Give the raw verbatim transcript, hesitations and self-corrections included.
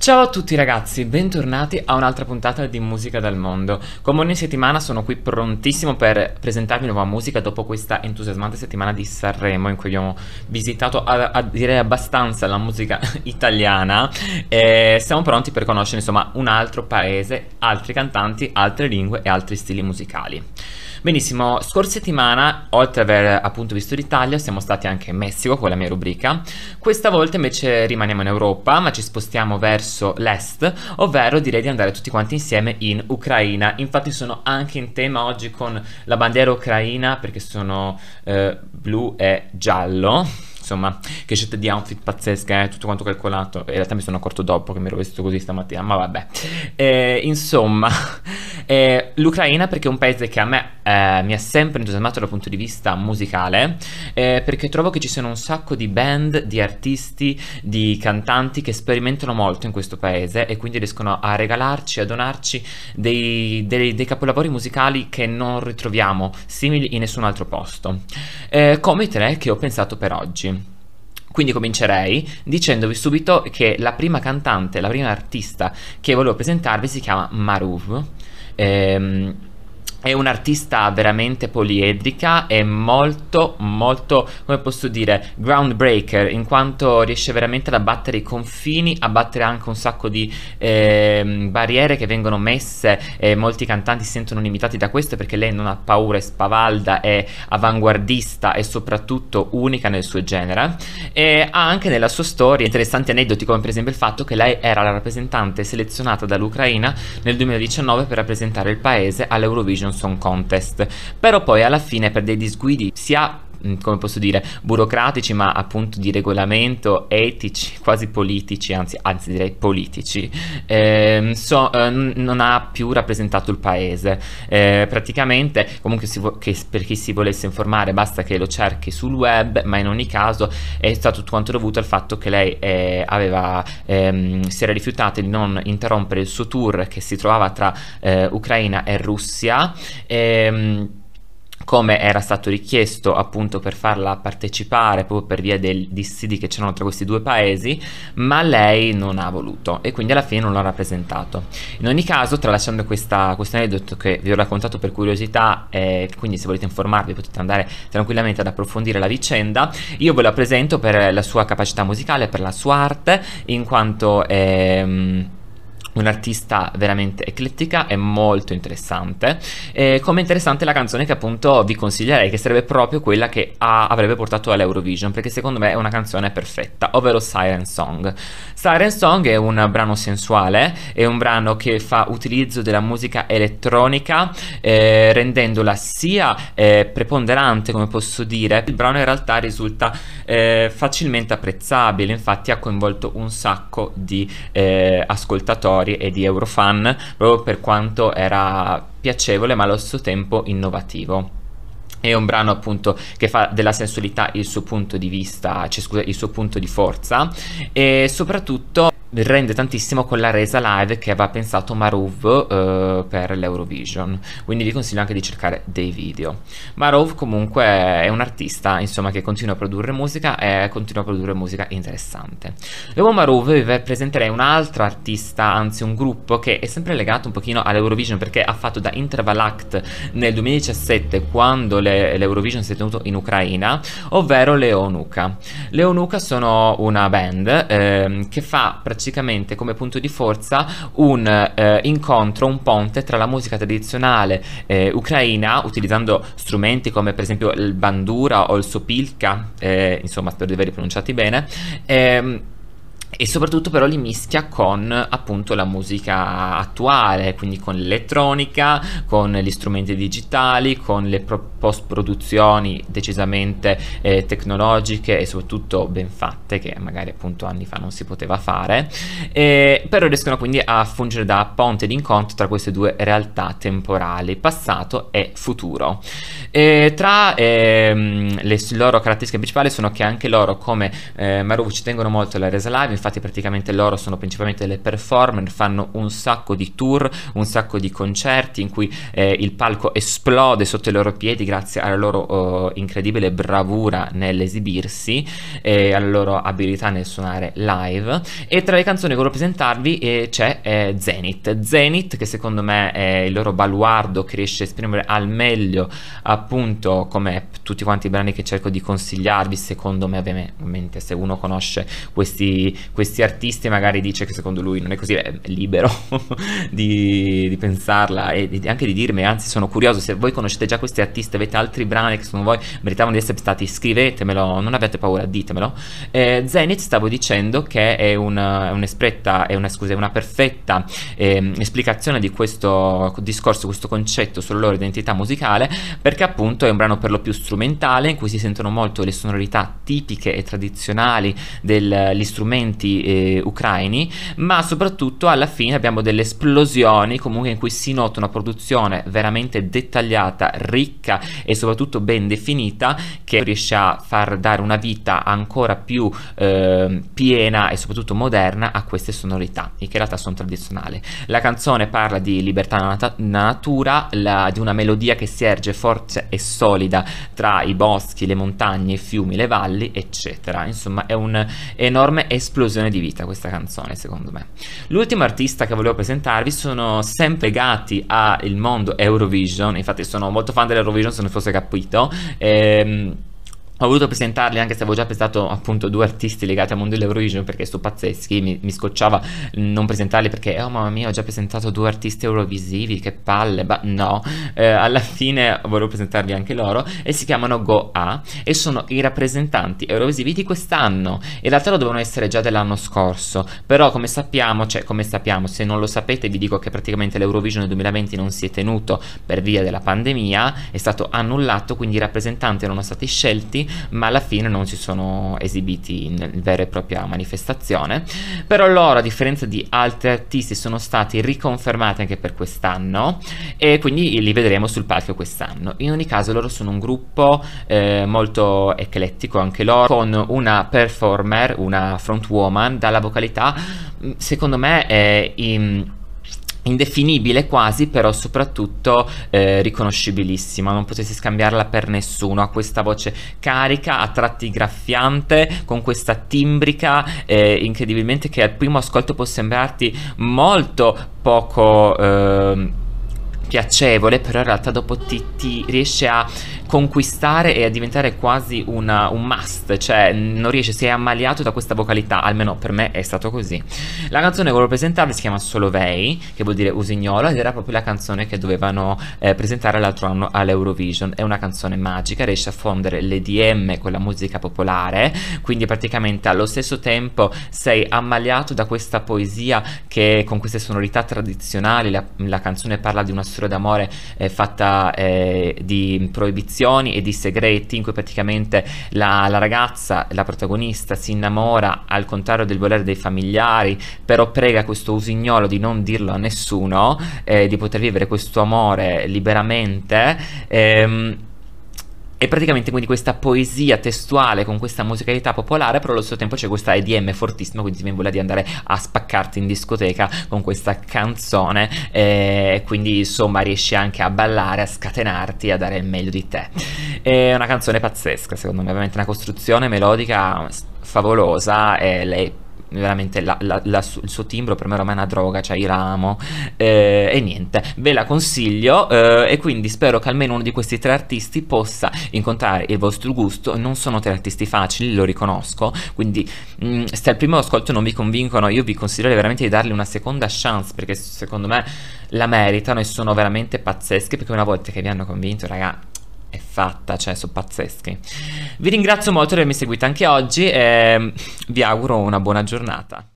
Ciao a tutti ragazzi, bentornati a un'altra puntata di Musica dal Mondo. Come ogni settimana sono qui prontissimo per presentarvi nuova musica dopo questa entusiasmante settimana di Sanremo in cui abbiamo visitato a, a dire abbastanza la musica italiana e siamo pronti per conoscere insomma un altro paese, altri cantanti, altre lingue e altri stili musicali. Benissimo, scorsa settimana, oltre ad aver appunto visto l'Italia, siamo stati anche in Messico con la mia rubrica. Questa volta invece rimaniamo in Europa, ma ci spostiamo verso l'est, ovvero direi di andare tutti quanti insieme in Ucraina. Infatti sono anche in tema oggi con la bandiera ucraina, perché sono eh, blu e giallo. Insomma, che scelta di outfit pazzesca, eh? Tutto quanto calcolato. In realtà mi sono accorto dopo che mi ero vestito così stamattina, ma vabbè. Eh, insomma, eh, l'Ucraina perché è un paese che a me eh, mi ha sempre entusiasmato dal punto di vista musicale, eh, perché trovo che ci siano un sacco di band, di artisti, di cantanti che sperimentano molto in questo paese e quindi riescono a regalarci, a donarci dei, dei, dei capolavori musicali che non ritroviamo simili in nessun altro posto. Eh, come i tre che ho pensato per oggi. Quindi comincerei dicendovi subito che la prima cantante, la prima artista che volevo presentarvi si chiama Maruv. Ehm, È un'artista veramente poliedrica e molto, molto, come posso dire, groundbreaker, in quanto riesce veramente ad abbattere i confini, a battere anche un sacco di eh, barriere che vengono messe e molti cantanti si sentono limitati da questo perché lei non ha paura, è spavalda, è avanguardista e soprattutto unica nel suo genere. E ha anche nella sua storia interessanti aneddoti, come per esempio il fatto che lei era la rappresentante selezionata dall'Ucraina nel duemiladiciannove per rappresentare il paese all'Eurovision Song Contest, però poi alla fine per dei disguidi sia come posso dire burocratici ma appunto di regolamento, etici, quasi politici, anzi, anzi direi politici, eh, so, eh, non ha più rappresentato il paese. Eh, praticamente comunque si che per chi si volesse informare basta che lo cerchi sul web, ma in ogni caso è stato tutto quanto dovuto al fatto che lei eh, aveva ehm, si era rifiutata di non interrompere il suo tour che si trovava tra eh, Ucraina e Russia, ehm, come era stato richiesto appunto per farla partecipare proprio per via dei dissidi che c'erano tra questi due paesi, ma lei non ha voluto e quindi alla fine non l'ha rappresentato. In ogni caso, tralasciando questa, questo aneddoto che vi ho raccontato per curiosità, e quindi se volete informarvi potete andare tranquillamente ad approfondire la vicenda, io ve la presento per la sua capacità musicale, per la sua arte, in quanto ehm, un'artista veramente eclettica e molto interessante. E come interessante la canzone che appunto vi consiglierei, che sarebbe proprio quella che ha, avrebbe portato all'Eurovision, perché secondo me è una canzone perfetta, ovvero Siren Song. Siren Song è un brano sensuale, è un brano che fa utilizzo della musica elettronica, eh, rendendola sia eh, preponderante, come posso dire. Il brano in realtà risulta eh, facilmente apprezzabile, infatti ha coinvolto un sacco di eh, ascoltatori e di Eurofan proprio per quanto era piacevole ma allo stesso tempo innovativo. È un brano appunto che fa della sensualità il suo punto di vista, cioè scusa, il suo punto di forza, e soprattutto rende tantissimo con la resa live che aveva pensato Maruv eh, per l'Eurovision, quindi vi consiglio anche di cercare dei video. Maruv comunque è un artista insomma che continua a produrre musica e continua a produrre musica interessante. Dopo Maruv vi presenterei un'altra artista, anzi un gruppo che è sempre legato un pochino all'Eurovision perché ha fatto da interval act nel duemiladiciassette quando l'Eurovision si è tenuto in Ucraina, ovvero le Onuka. Le Onuka sono una band eh, che fa praticamente come punto di forza un eh, incontro, un ponte tra la musica tradizionale eh, ucraina, utilizzando strumenti come per esempio il bandura o il sopilka, eh, insomma spero di averli pronunciati bene, ehm, e soprattutto però li mischia con appunto la musica attuale, quindi con l'elettronica, con gli strumenti digitali, con le post produzioni decisamente eh, tecnologiche e soprattutto ben fatte, che magari appunto anni fa non si poteva fare, eh, però riescono quindi a fungere da ponte d'incontro tra queste due realtà temporali, passato e futuro. E tra ehm, le loro caratteristiche principali sono che anche loro come eh, Maruv ci tengono molto alla resa live. Infatti infatti praticamente loro sono principalmente delle performer, fanno un sacco di tour, un sacco di concerti in cui eh, il palco esplode sotto i loro piedi grazie alla loro oh, incredibile bravura nell'esibirsi e alla loro abilità nel suonare live. E tra le canzoni che volevo presentarvi eh, c'è eh, Zenith. Zenith, che secondo me è il loro baluardo, che riesce a esprimere al meglio appunto, come tutti quanti i brani che cerco di consigliarvi, secondo me ovviamente, se uno conosce questi, questi artisti magari dice che secondo lui non è così, è libero di, di pensarla e di, anche di dirmi, anzi sono curioso, se voi conoscete già questi artisti, avete altri brani che secondo voi meritavano di essere stati, scrivetemelo, non avete paura, ditemelo. eh, Zenith, stavo dicendo che è una, un'espretta, è una, scusa, una perfetta eh, esplicazione di questo discorso, questo concetto sulla loro identità musicale, perché appunto è un brano per lo più strumentale in cui si sentono molto le sonorità tipiche e tradizionali degli strumenti eh, ucraini, ma soprattutto alla fine abbiamo delle esplosioni comunque in cui si nota una produzione veramente dettagliata, ricca e soprattutto ben definita, che riesce a far dare una vita ancora più eh, piena e soprattutto moderna a queste sonorità, che in realtà sono tradizionali. La canzone parla di libertà nella natura, la, di una melodia che si erge forte e solida tra i boschi, le montagne, i fiumi, le valli, eccetera. Insomma, è un'enorme esplosione di vita questa canzone, secondo me. L'ultimo artista che volevo presentarvi sono sempre legati al mondo Eurovision, infatti sono molto fan dell'Eurovision, se non fosse capito. Ehm, Ho voluto presentarli anche se avevo già presentato appunto due artisti legati al mondo dell'Eurovision, perché sono pazzeschi, mi, mi scocciava non presentarli perché oh mamma mia, ho già presentato due artisti eurovisivi, che palle. Ma no, eh, alla fine volevo presentarvi anche loro, e si chiamano Go-A e sono i rappresentanti eurovisivi di quest'anno. In realtà lo dovevano essere già dell'anno scorso, però come sappiamo, cioè come sappiamo, se non lo sapete vi dico che praticamente l'Eurovision nel duemilaventi non si è tenuto per via della pandemia, è stato annullato, quindi i rappresentanti erano stati scelti ma alla fine non si sono esibiti in vera e propria manifestazione. Però loro, a differenza di altri artisti, sono stati riconfermati anche per quest'anno e quindi li vedremo sul palco quest'anno. In ogni caso loro sono un gruppo eh, molto eclettico anche loro, con una performer, una frontwoman dalla vocalità secondo me è in indefinibile quasi, però soprattutto eh, riconoscibilissima, non potessi scambiarla per nessuno. Ha questa voce carica, a tratti graffiante, con questa timbrica eh, incredibilmente, che al primo ascolto può sembrarti molto poco eh, piacevole, però in realtà dopo ti, ti riesce a conquistare e a diventare quasi una, un must, cioè non riesce, si è ammaliato da questa vocalità, almeno per me è stato così. La canzone che volevo presentarvi si chiama Solovei, che vuol dire usignolo, ed era proprio la canzone che dovevano eh, presentare l'altro anno all'Eurovision. È una canzone magica, riesce a fondere l'E D M con la musica popolare, quindi praticamente allo stesso tempo sei ammaliato da questa poesia che con queste sonorità tradizionali. La, la canzone parla di una storia d'amore eh, fatta eh, di proibizioni e di segreti, in cui praticamente la, la ragazza, la protagonista, si innamora al contrario del volere dei familiari, però prega questo usignolo di non dirlo a nessuno, eh, di poter vivere questo amore liberamente. ehm, E praticamente quindi questa poesia testuale con questa musicalità popolare, però allo stesso tempo c'è questa E D M fortissima, quindi ti viene voglia di andare a spaccarti in discoteca con questa canzone, e quindi insomma riesci anche a ballare, a scatenarti, a dare il meglio di te. È una canzone pazzesca, secondo me, veramente una costruzione melodica favolosa, e lei veramente la, la, la, il suo timbro per me ormai è una droga, cioè io la amo, eh, e niente, ve la consiglio, eh, e quindi spero che almeno uno di questi tre artisti possa incontrare il vostro gusto. Non sono tre artisti facili, lo riconosco, quindi mh, se al primo ascolto non vi convincono, io vi consiglierei veramente di dargli una seconda chance, perché secondo me la meritano e sono veramente pazzesche, perché una volta che vi hanno convinto, raga, è fatta, cioè sono pazzeschi. Vi ringrazio molto di avermi seguito anche oggi e vi auguro una buona giornata.